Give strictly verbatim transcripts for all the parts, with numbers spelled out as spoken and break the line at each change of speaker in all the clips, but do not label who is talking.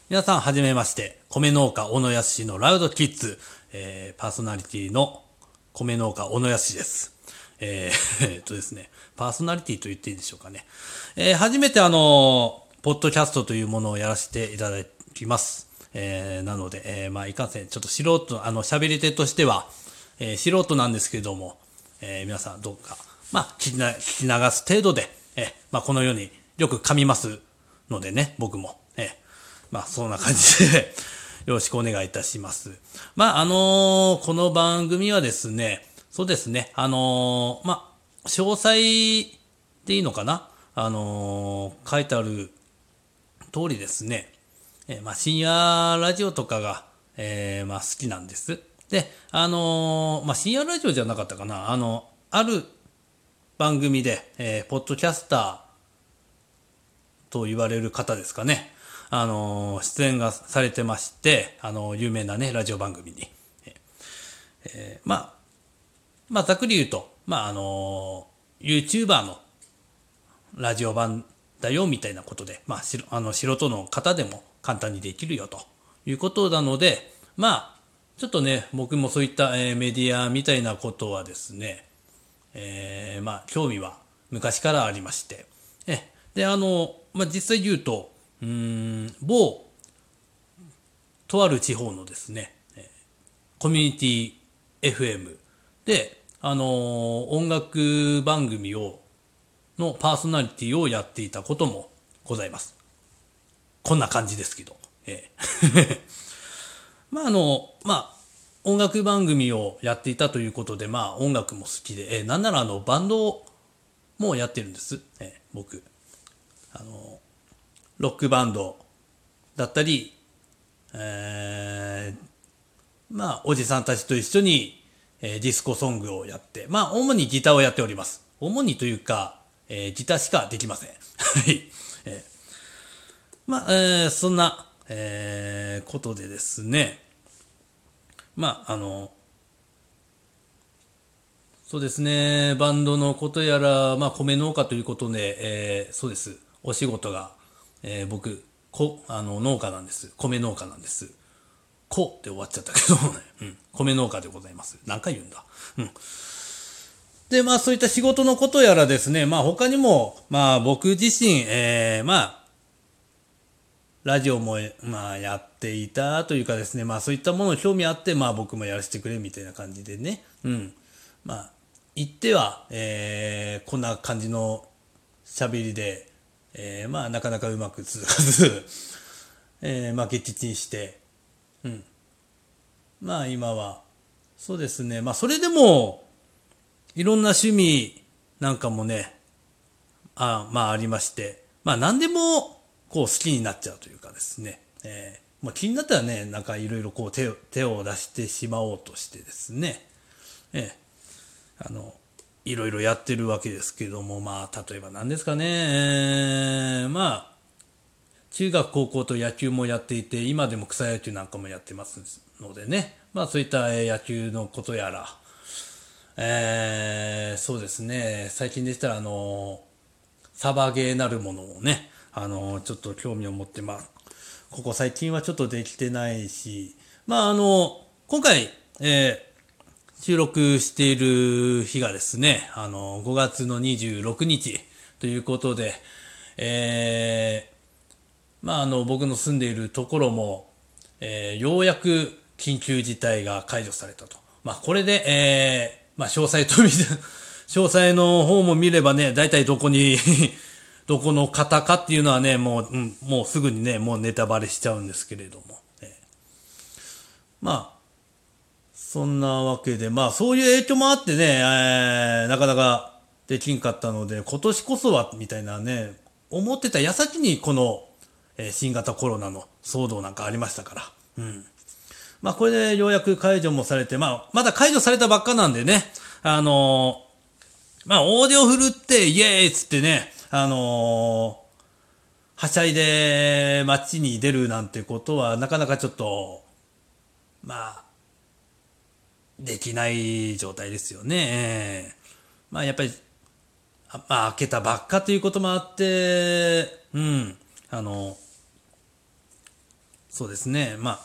皆さんはじめまして、米農家小野康のラウドキッズ、えー、パーソナリティの米農家小野康です。えー、えー、っとですね、パーソナリティと言っていいでしょうかね。えー、初めてあのー、ポッドキャストというものをやらせていただきます。えー、なので、えー、まあいかんせん、ちょっと素人、あの、喋り手としては、えー、素人なんですけれども、えー、皆さんどうか、まあ聞きな、聞き流す程度で、えー、まあこのようによく噛みますのでね、僕も、えー、まあそんな感じでよろしくお願いいたします。まああのー、この番組はですね、そうですね、あのー、まあ詳細でいいのかな、あのー、書いてある通りですね、えー、まあ深夜ラジオとかが、えー、まあ好きなんです。で、あのー、まあ深夜ラジオじゃなかったかな、あの、ある番組で、えー、ポッドキャスターと言われる方ですかね。あの、出演がされてまして、あの、有名なね、ラジオ番組に。えー、まあ、まあ、ざっくり言うと、まあ、あの、YouTuber のラジオ版だよ、みたいなことで、まあ、しあの、素人の方でも簡単にできるよ、ということなので、まあ、ちょっとね、僕もそういった、えー、メディアみたいなことはですね、えー、まあ、興味は昔からありまして、え、で、あの、まあ、実際言うと、うーん、某、とある地方のですね、コミュニティ エフエム で、あの、音楽番組を、のパーソナリティをやっていたこともございます。こんな感じですけど。ええ、まあ、あの、まあ、音楽番組をやっていたということで、まあ、音楽も好きで、えー、なんならあの、バンドもやってるんです。えー、僕。あの、ロックバンドだったり、えー、まあ、おじさんたちと一緒に、えー、ディスコソングをやって、まあ、主にギターをやっております。主にというか、えー、ギターしかできません。はい。えー、まあ、えー、そんな、えー、ことでですね、まあ、あの、そうですね、バンドのことやら、まあ、米農家ということで、えー、そうです、お仕事が、えー、僕、こ、あの、農家なんです。米農家なんです。こって終わっちゃったけどね、うん、米農家でございます。何回言うんだ。うん。で、まあそういった仕事のことやらですね、まあ他にも、まあ僕自身、えー、まあ、ラジオも、まあやっていたというかですね、まあそういったものに興味あって、まあ僕もやらせてくれみたいな感じでね、うん。まあ、言っては、えー、こんな感じの喋りで、えー、まあなかなかうまく続かず、えー、まあ撃沈して、うん。まあ今は、そうですね、まあそれでも、いろんな趣味なんかもね、あまあありまして、まあ何でもこう好きになっちゃうというかですね、えー、まあ気になったらね、なんかいろいろこう手を、手を出してしまおうとしてですね、えー、あの、いろいろやってるわけですけども、まあ例えば何ですかね、えー、まあ中学高校と野球もやっていて、今でも草野球なんかもやってますのでね、まあそういった野球のことやら、えー、そうですね、最近でしたらあの、サバゲーなるものをね、あの、ちょっと興味を持って、まあ、ここ最近はちょっとできてないし、まあ、あの、今回、えー、収録している日がですね、あの、ごがつのにじゅうろくにちということで、えー、まあ、あの、僕の住んでいるところも、えー、ようやく緊急事態が解除されたと。まあ、これで、えー、まあ、詳細と見て、詳細の方も見ればね、大体どこにどこの方かっていうのはね、もう、うん、もうすぐにね、もうネタバレしちゃうんですけれども。えー、まあ、そんなわけで、まあ、そういう影響もあってね、えー、なかなかできんかったので、今年こそは、みたいなね、思ってた矢先にこの、えー、新型コロナの騒動なんかありましたから。うん。まあ、これでようやく解除もされて、まあ、まだ解除されたばっかなんでね、あのー、まあ、大手を振るって、イエーイっつってね、あのー、はしゃいで街に出るなんてことは、なかなかちょっと、まあ、できない状態ですよね。えーまあ、やっぱり、まあ、開けたばっかということもあって、うん、あの、 そうですね。まあ、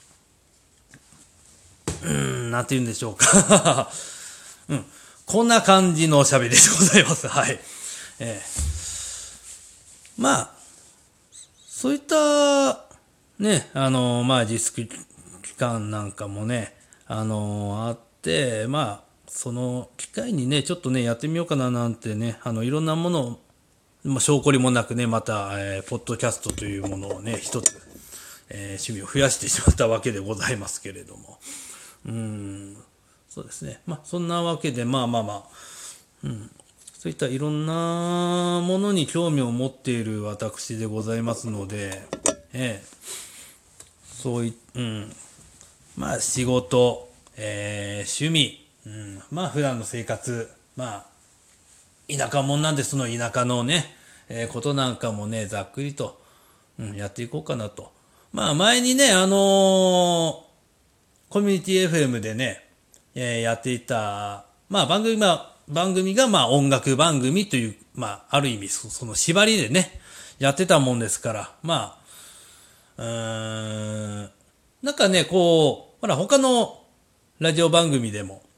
うーん、なんて言うんでしょうか。うん。こんな感じのおしゃべりでございます。はい。えー、まあ、そういった、ね、あの、まあ、自粛期間なんかもね、あの、あって、まあ、その機会にね、ちょっとね、やってみようかななんてね、あの、いろんなものを、まあ、証拠りもなくね、また、えー、ポッドキャストというものをね、一つ、えー、趣味を増やしてしまったわけでございますけれども。うーん、そうですね。まあ、そんなわけで、まあまあまあ、うん、そういったいろんなものに興味を持っている私でございますので、ええ、そうい、うん、まあ仕事、えー、趣味、うん、まあ普段の生活、まあ田舎もんなんでその田舎のね、えー、ことなんかもね、ざっくりと、うん、やっていこうかなと。まあ前にね、あのーコミュニティ エフエム でね、えーやっていた、まあ番組が、番組がまあ音楽番組という、まあある意味そその縛りでね、やってたもんですから、まあ、うーん、なんかね、こう、ほら他のラジオ番組でも、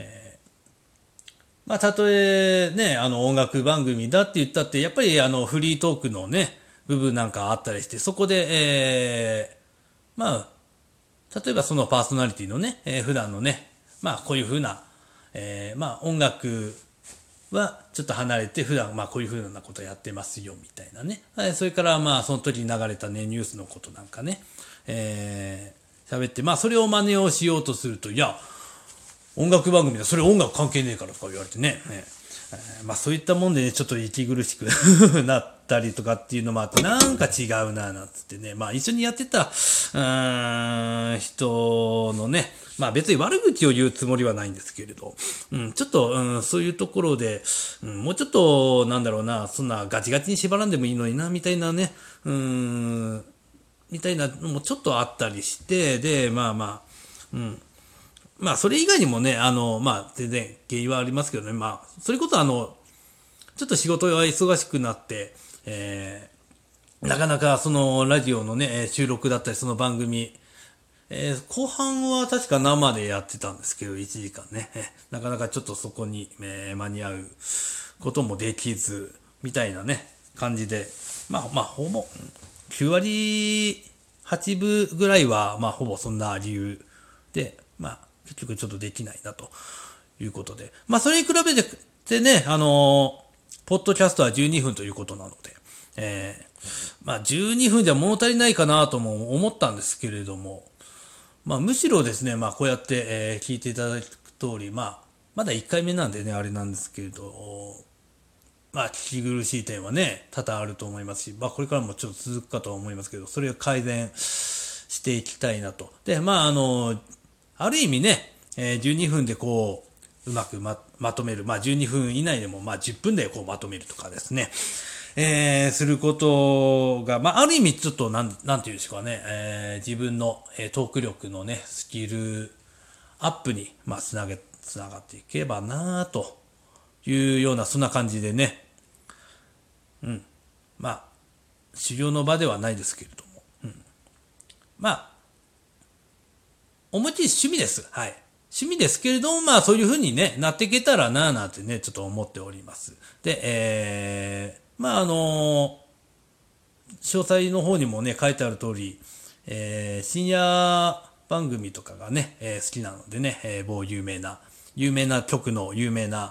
まあたとえね、あの音楽番組だって言ったって、やっぱりあのフリートークのね、部分なんかあったりして、そこで、えー、まあ、例えばそのパーソナリティのね、えー、普段のね、まあこういうふうな、えー、まあ音楽はちょっと離れて普段まあこういうふうなことやってますよみたいなね。それからまあその時に流れたね、ニュースのことなんかね、えー、喋って、まあそれを真似をしようとすると、いや、音楽番組だ、それ音楽関係ねえからとか言われてね、ねえー、まあそういったもんでね、ちょっと息苦しくなったりとかっていうのもあって、なんか違うな、なんつってね、まあ一緒にやってた、うーん、人のね、まあ別に悪口を言うつもりはないんですけれど、うん、ちょっと、うん、そういうところで、うん、もうちょっと、なんだろうな、そんなガチガチに縛らんでもいいのにな、みたいなね、うーん、みたいなのもちょっとあったりして、で、まあまあ、うん、まあ、それ以外にもね、あの、まあ、全然原因はありますけどね、まあ、それこそあの、ちょっと仕事が忙しくなって、えー、なかなかそのラジオのね、収録だったりその番組、えー、後半は確か生でやってたんですけど、いちじかんね、えー、なかなかちょっとそこに、えー、間に合うこともできず、みたいなね、感じで、まあまあ、ほぼ、きゅう割はちぶぐらいは、まあ、ほぼそんな理由で、まあ、結局ちょっとできないなということで。まあ、それに比べてね、あのー、ポッドキャストはじゅうにふんということなので、えー、まあ、じゅうにふんじゃ物足りないかなとも思ったんですけれども、まあ、むしろですね、まあ、こうやって、えー、聞いていただく通り、まあ、まだいっかいめなんでね、あれなんですけれど、まあ、聞き苦しい点はね、多々あると思いますし、まあ、これからもちょっと続くかとは思いますけど、それを改善していきたいなと。で、まあ、あの、ある意味ね、えー、じゅうにふんでこう、うまくま、まとめる。まあ、じゅうにふん以内でも、まあ、じゅっぷんでこうまとめるとかですね。えー、することが、まあ、ある意味ちょっと、なん、なんていうんですかね、えー、自分の、えー、トーク力のね、スキルアップに、まあ、つなげ、つながっていけばなというような、そんな感じでね、うん。まあ、修行の場ではないですけれども、うん。まあ、思いっきり趣味です。はい。趣味ですけれども、まあそういう風にね、なっていけたらなぁなんてね、ちょっと思っております。で、えー、まああの詳細の方にもね、書いてある通り、えー、深夜番組とかがね、えー、好きなのでね、えー、某有名な、有名な曲の有名な、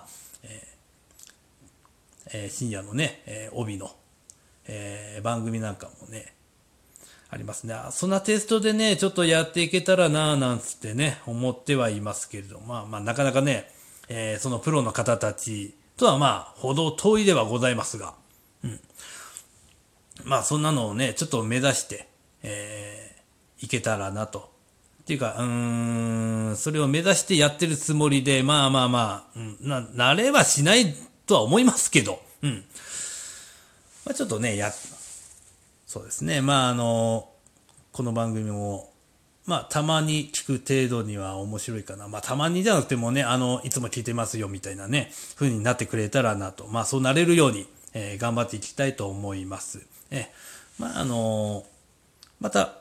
えー、深夜のね、えー、帯の、えー、番組なんかもね、ありますね。そんなテストでね、ちょっとやっていけたらなぁなんつってね、思ってはいますけれど、まあまあなかなかね、えー、そのプロの方たちとはまあ、ほど遠いではございますが、うん。まあそんなのをね、ちょっと目指して、えー、いけたらなと。っていうか、うーん、それを目指してやってるつもりで、まあまあまあ、うん、な、なれはしないとは思いますけど、うん。まあちょっとね、や、そうですね。まああの、この番組も、まあたまに聞く程度には面白いかな。まあたまにじゃなくてもね、あの、いつも聞いてますよみたいなね、風になってくれたらなと。まあそうなれるように、えー頑張っていきたいと思います。えーまああの、また、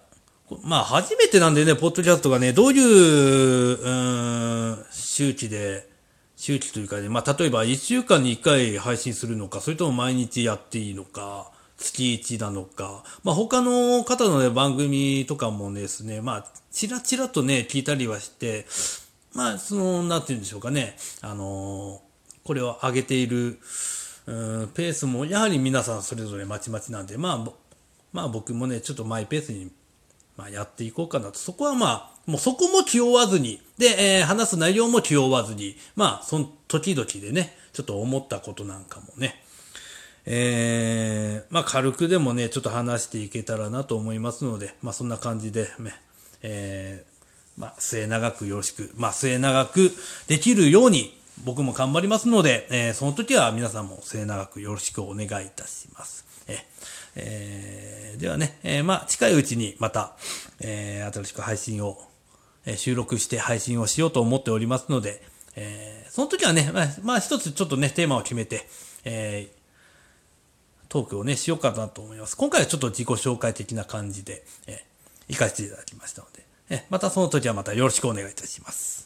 まあ、初めてなんでね、ポッドキャストがね、どういう、うーん、周期で、周期というかね、まあ、例えばいっしゅうかんにいっかい配信するのか、それとも毎日やっていいのか、月いちなのか、まあ、他の方のね、番組とかもですね、まあ、ちらちらとね、聞いたりはして、まあ、その、なんて言うんでしょうかね、あのこれを上げている、うん、ペースも、やはり皆さんそれぞれまちまちなんで、まあ、まあ僕もね、ちょっとマイペースにまあ、やっていこうかなと。そこはまあ、もうそこも気負わずに、で、えー、話す内容も気負わずに、まあ、その時々でね、ちょっと思ったことなんかもね、えー、まあ軽くでもね、ちょっと話していけたらなと思いますので、まあそんな感じでね、えー、まあ末永くよろしく、まあ末永くできるように僕も頑張りますので、えー、その時は皆さんも末永くよろしくお願いいたします。えーえー、ではね、えー、まあ近いうちにまた、えー、新しく配信を、えー、収録して配信をしようと思っておりますので、えー、その時はね、まあ、まあ一つちょっとね、テーマを決めて、えートークをね、しようかなと思います。今回はちょっと自己紹介的な感じで、えー、行かせていただきましたので、えー、またその時はまたよろしくお願いいたします。